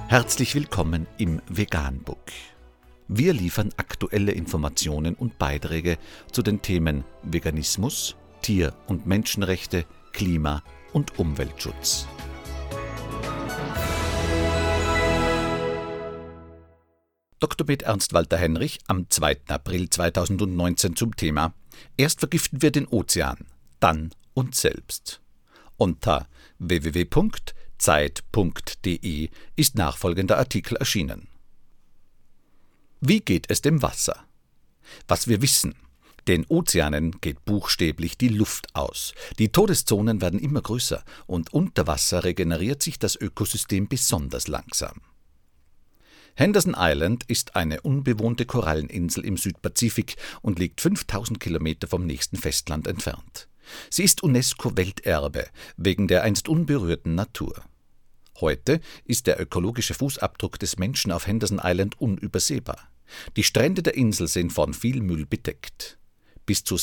Herzlich willkommen im Veganbook. Wir liefern aktuelle Informationen und Beiträge zu den Themen Veganismus, Tier- und Menschenrechte, Klima- und Umweltschutz. Dr. med. Ernst Walter Henrich am 2. April 2019 zum Thema: Erst vergiften wir den Ozean, dann uns selbst. Unter www.zeit.de ist nachfolgender Artikel erschienen. Wie geht es dem Wasser? Was wir wissen: Den Ozeanen geht buchstäblich die Luft aus. Die Todeszonen werden immer größer und unter Wasser regeneriert sich das Ökosystem besonders langsam. Henderson Island ist eine unbewohnte Koralleninsel im Südpazifik und liegt 5000 Kilometer vom nächsten Festland entfernt. Sie ist UNESCO-Welterbe wegen der einst unberührten Natur. Heute ist der ökologische Fußabdruck des Menschen auf Henderson Island unübersehbar. Die Strände der Insel sind von viel Müll bedeckt. Bis zu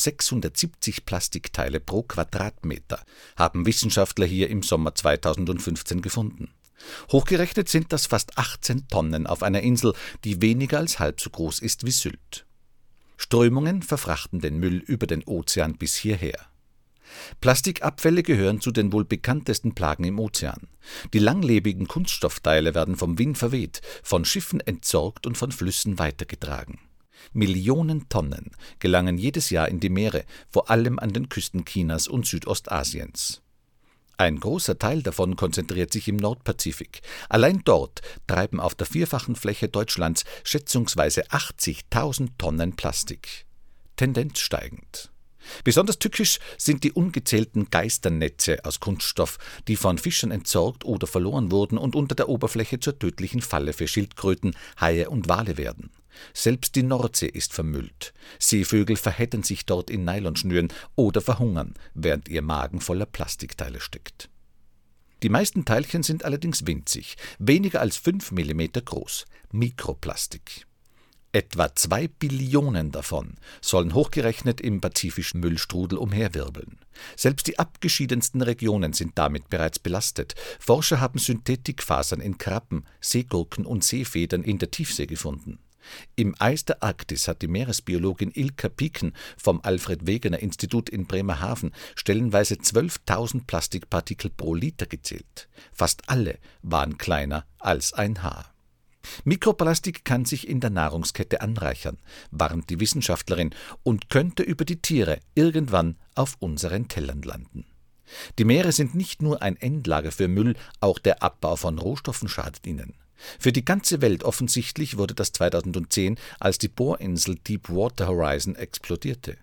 670 Plastikteile pro Quadratmeter haben Wissenschaftler hier im Sommer 2015 gefunden. Hochgerechnet sind das fast 18 Tonnen auf einer Insel, die weniger als halb so groß ist wie Sylt. Strömungen verfrachten den Müll über den Ozean bis hierher. Plastikabfälle gehören zu den wohl bekanntesten Plagen im Ozean. Die langlebigen Kunststoffteile werden vom Wind verweht, von Schiffen entsorgt und von Flüssen weitergetragen. Millionen Tonnen gelangen jedes Jahr in die Meere, vor allem an den Küsten Chinas und Südostasiens. Ein großer Teil davon konzentriert sich im Nordpazifik. Allein dort treiben auf der vierfachen Fläche Deutschlands schätzungsweise 80.000 Tonnen Plastik. Tendenz steigend. Besonders tückisch sind die ungezählten Geisternetze aus Kunststoff, die von Fischern entsorgt oder verloren wurden und unter der Oberfläche zur tödlichen Falle für Schildkröten, Haie und Wale werden. Selbst die Nordsee ist vermüllt. Seevögel verheddern sich dort in Nylonschnüren oder verhungern, während ihr Magen voller Plastikteile steckt. Die meisten Teilchen sind allerdings winzig, weniger als 5 mm groß, Mikroplastik. Etwa 2 Billionen davon sollen hochgerechnet im pazifischen Müllstrudel umherwirbeln. Selbst die abgeschiedensten Regionen sind damit bereits belastet. Forscher haben Synthetikfasern in Krabben, Seegurken und Seefedern in der Tiefsee gefunden. Im Eis der Arktis hat die Meeresbiologin Ilka Pieken vom Alfred-Wegener-Institut in Bremerhaven stellenweise 12.000 Plastikpartikel pro Liter gezählt. Fast alle waren kleiner als ein Haar. Mikroplastik kann sich in der Nahrungskette anreichern, warnt die Wissenschaftlerin, und könnte über die Tiere irgendwann auf unseren Tellern landen. Die Meere sind nicht nur ein Endlager für Müll, auch der Abbau von Rohstoffen schadet ihnen. Für die ganze Welt offensichtlich wurde das 2010, als die Bohrinsel Deepwater Horizon explodierte.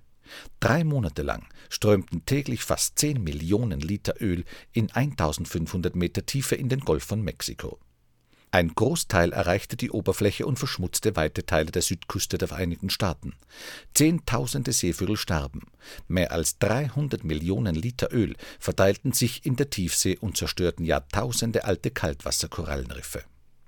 3 Monate lang strömten täglich fast 10 Millionen Liter Öl in 1500 Meter Tiefe in den Golf von Mexiko. Ein Großteil erreichte die Oberfläche und verschmutzte weite Teile der Südküste der Vereinigten Staaten. Zehntausende Seevögel starben. Mehr als 300 Millionen Liter Öl verteilten sich in der Tiefsee und zerstörten Jahrtausende alte Kaltwasserkorallenriffe.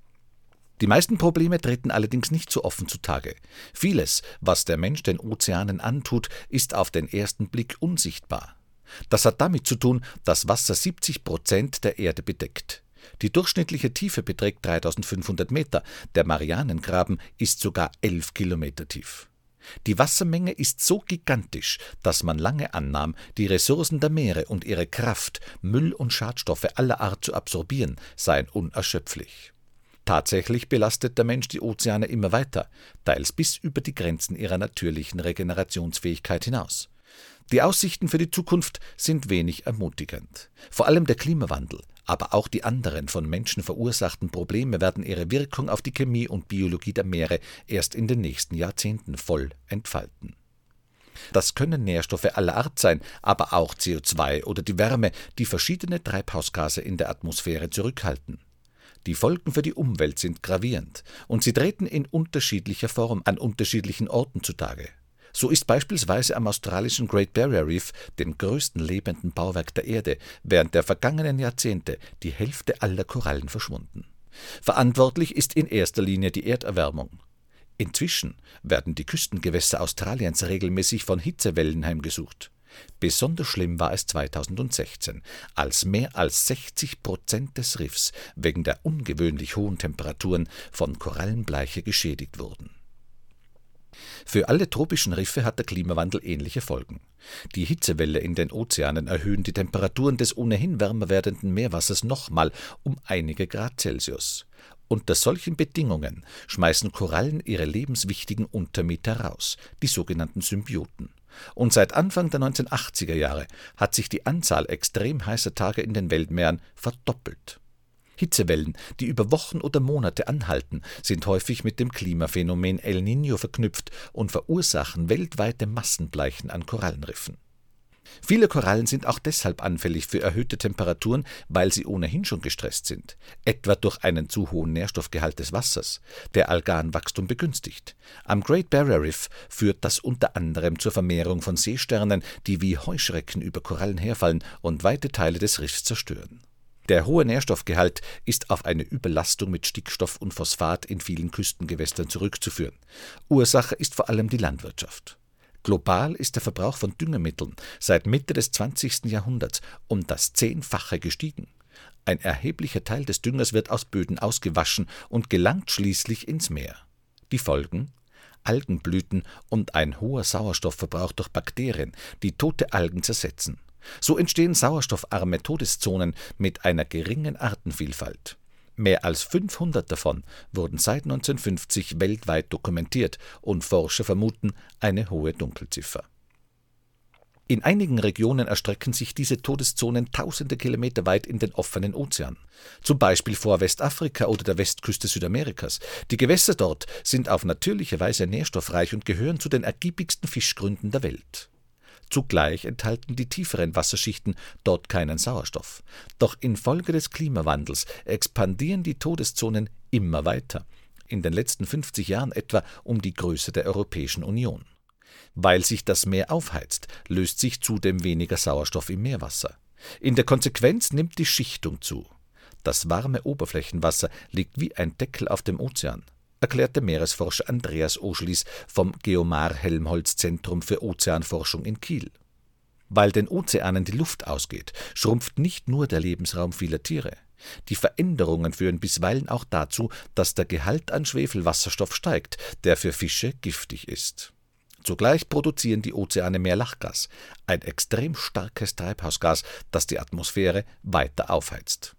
Die meisten Probleme treten allerdings nicht so offen zutage. Vieles, was der Mensch den Ozeanen antut, ist auf den ersten Blick unsichtbar. Das hat damit zu tun, dass Wasser 70% der Erde bedeckt. Die durchschnittliche Tiefe beträgt 3500 Meter, der Marianengraben ist sogar 11 Kilometer tief. Die Wassermenge ist so gigantisch, dass man lange annahm, die Ressourcen der Meere und ihre Kraft, Müll und Schadstoffe aller Art zu absorbieren, seien unerschöpflich. Tatsächlich belastet der Mensch die Ozeane immer weiter, teils bis über die Grenzen ihrer natürlichen Regenerationsfähigkeit hinaus. Die Aussichten für die Zukunft sind wenig ermutigend. Vor allem der Klimawandel, aber auch die anderen von Menschen verursachten Probleme werden ihre Wirkung auf die Chemie und Biologie der Meere erst in den nächsten Jahrzehnten voll entfalten. Das können Nährstoffe aller Art sein, aber auch CO2 oder die Wärme, die verschiedene Treibhausgase in der Atmosphäre zurückhalten. Die Folgen für die Umwelt sind gravierend und sie treten in unterschiedlicher Form an unterschiedlichen Orten zutage. So ist beispielsweise am australischen Great Barrier Reef, dem größten lebenden Bauwerk der Erde, während der vergangenen Jahrzehnte die Hälfte aller Korallen verschwunden. Verantwortlich ist in erster Linie die Erderwärmung. Inzwischen werden die Küstengewässer Australiens regelmäßig von Hitzewellen heimgesucht. Besonders schlimm war es 2016, als mehr als 60% des Riffs wegen der ungewöhnlich hohen Temperaturen von Korallenbleiche geschädigt wurden. Für alle tropischen Riffe hat der Klimawandel ähnliche Folgen. Die Hitzewelle in den Ozeanen erhöhen die Temperaturen des ohnehin wärmer werdenden Meerwassers nochmal um einige Grad Celsius. Unter solchen Bedingungen schmeißen Korallen ihre lebenswichtigen Untermieter raus, die sogenannten Symbioten. Und seit Anfang der 1980er Jahre hat sich die Anzahl extrem heißer Tage in den Weltmeeren verdoppelt. Hitzewellen, die über Wochen oder Monate anhalten, sind häufig mit dem Klimaphänomen El Niño verknüpft und verursachen weltweite Massenbleichen an Korallenriffen. Viele Korallen sind auch deshalb anfällig für erhöhte Temperaturen, weil sie ohnehin schon gestresst sind, etwa durch einen zu hohen Nährstoffgehalt des Wassers, der Algenwachstum begünstigt. Am Great Barrier Reef führt das unter anderem zur Vermehrung von Seesternen, die wie Heuschrecken über Korallen herfallen und weite Teile des Riffs zerstören. Der hohe Nährstoffgehalt ist auf eine Überlastung mit Stickstoff und Phosphat in vielen Küstengewässern zurückzuführen. Ursache ist vor allem die Landwirtschaft. Global ist der Verbrauch von Düngemitteln seit Mitte des 20. Jahrhunderts um das 10-fache gestiegen. Ein erheblicher Teil des Düngers wird aus Böden ausgewaschen und gelangt schließlich ins Meer. Die Folgen? Algenblüten und ein hoher Sauerstoffverbrauch durch Bakterien, die tote Algen zersetzen. So entstehen sauerstoffarme Todeszonen mit einer geringen Artenvielfalt. Mehr als 500 davon wurden seit 1950 weltweit dokumentiert und Forscher vermuten eine hohe Dunkelziffer. In einigen Regionen erstrecken sich diese Todeszonen tausende Kilometer weit in den offenen Ozean. Zum Beispiel vor Westafrika oder der Westküste Südamerikas. Die Gewässer dort sind auf natürliche Weise nährstoffreich und gehören zu den ergiebigsten Fischgründen der Welt. Zugleich enthalten die tieferen Wasserschichten dort keinen Sauerstoff. Doch infolge des Klimawandels expandieren die Todeszonen immer weiter, in den letzten 50 Jahren etwa um die Größe der Europäischen Union. Weil sich das Meer aufheizt, löst sich zudem weniger Sauerstoff im Meerwasser. In der Konsequenz nimmt die Schichtung zu. Das warme Oberflächenwasser liegt wie ein Deckel auf dem Ozean, erklärte Meeresforscher Andreas Oschlies vom Geomar-Helmholtz-Zentrum für Ozeanforschung in Kiel. Weil den Ozeanen die Luft ausgeht, schrumpft nicht nur der Lebensraum vieler Tiere. Die Veränderungen führen bisweilen auch dazu, dass der Gehalt an Schwefelwasserstoff steigt, der für Fische giftig ist. Zugleich produzieren die Ozeane mehr Lachgas, ein extrem starkes Treibhausgas, das die Atmosphäre weiter aufheizt.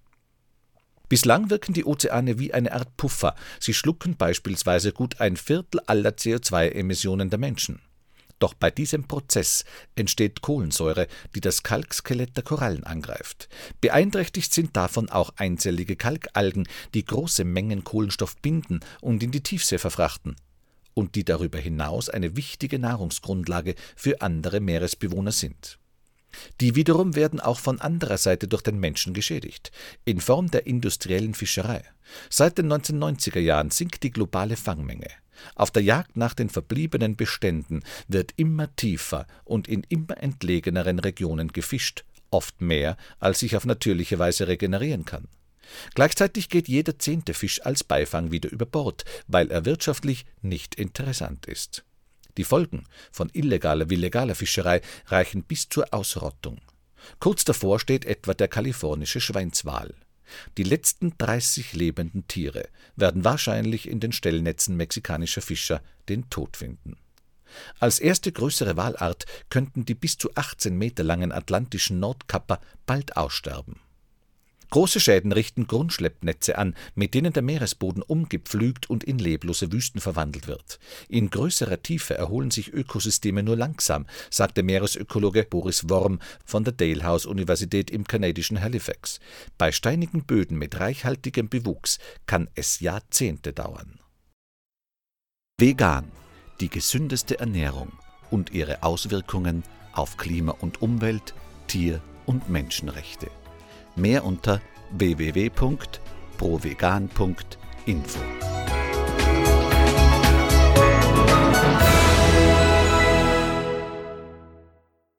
Bislang wirken die Ozeane wie eine Art Puffer. Sie schlucken beispielsweise gut ein Viertel aller CO2-Emissionen der Menschen. Doch bei diesem Prozess entsteht Kohlensäure, die das Kalkskelett der Korallen angreift. Beeinträchtigt sind davon auch einzellige Kalkalgen, die große Mengen Kohlenstoff binden und in die Tiefsee verfrachten und die darüber hinaus eine wichtige Nahrungsgrundlage für andere Meeresbewohner sind. Die wiederum werden auch von anderer Seite durch den Menschen geschädigt, in Form der industriellen Fischerei. Seit den 1990er Jahren sinkt die globale Fangmenge. Auf der Jagd nach den verbliebenen Beständen wird immer tiefer und in immer entlegeneren Regionen gefischt, oft mehr, als sich auf natürliche Weise regenerieren kann. Gleichzeitig geht jeder 10. Fisch als Beifang wieder über Bord, weil er wirtschaftlich nicht interessant ist. Die Folgen von illegaler wie legaler Fischerei reichen bis zur Ausrottung. Kurz davor steht etwa der kalifornische Schweinswal. Die letzten 30 lebenden Tiere werden wahrscheinlich in den Stellnetzen mexikanischer Fischer den Tod finden. Als erste größere Walart könnten die bis zu 18 Meter langen atlantischen Nordkapper bald aussterben. Große Schäden richten Grundschleppnetze an, mit denen der Meeresboden umgepflügt und in leblose Wüsten verwandelt wird. In größerer Tiefe erholen sich Ökosysteme nur langsam, sagte Meeresökologe Boris Worm von der Dalhousie-Universität im kanadischen Halifax. Bei steinigen Böden mit reichhaltigem Bewuchs kann es Jahrzehnte dauern. Vegan, die gesündeste Ernährung und ihre Auswirkungen auf Klima und Umwelt, Tier- und Menschenrechte. Mehr unter www.provegan.info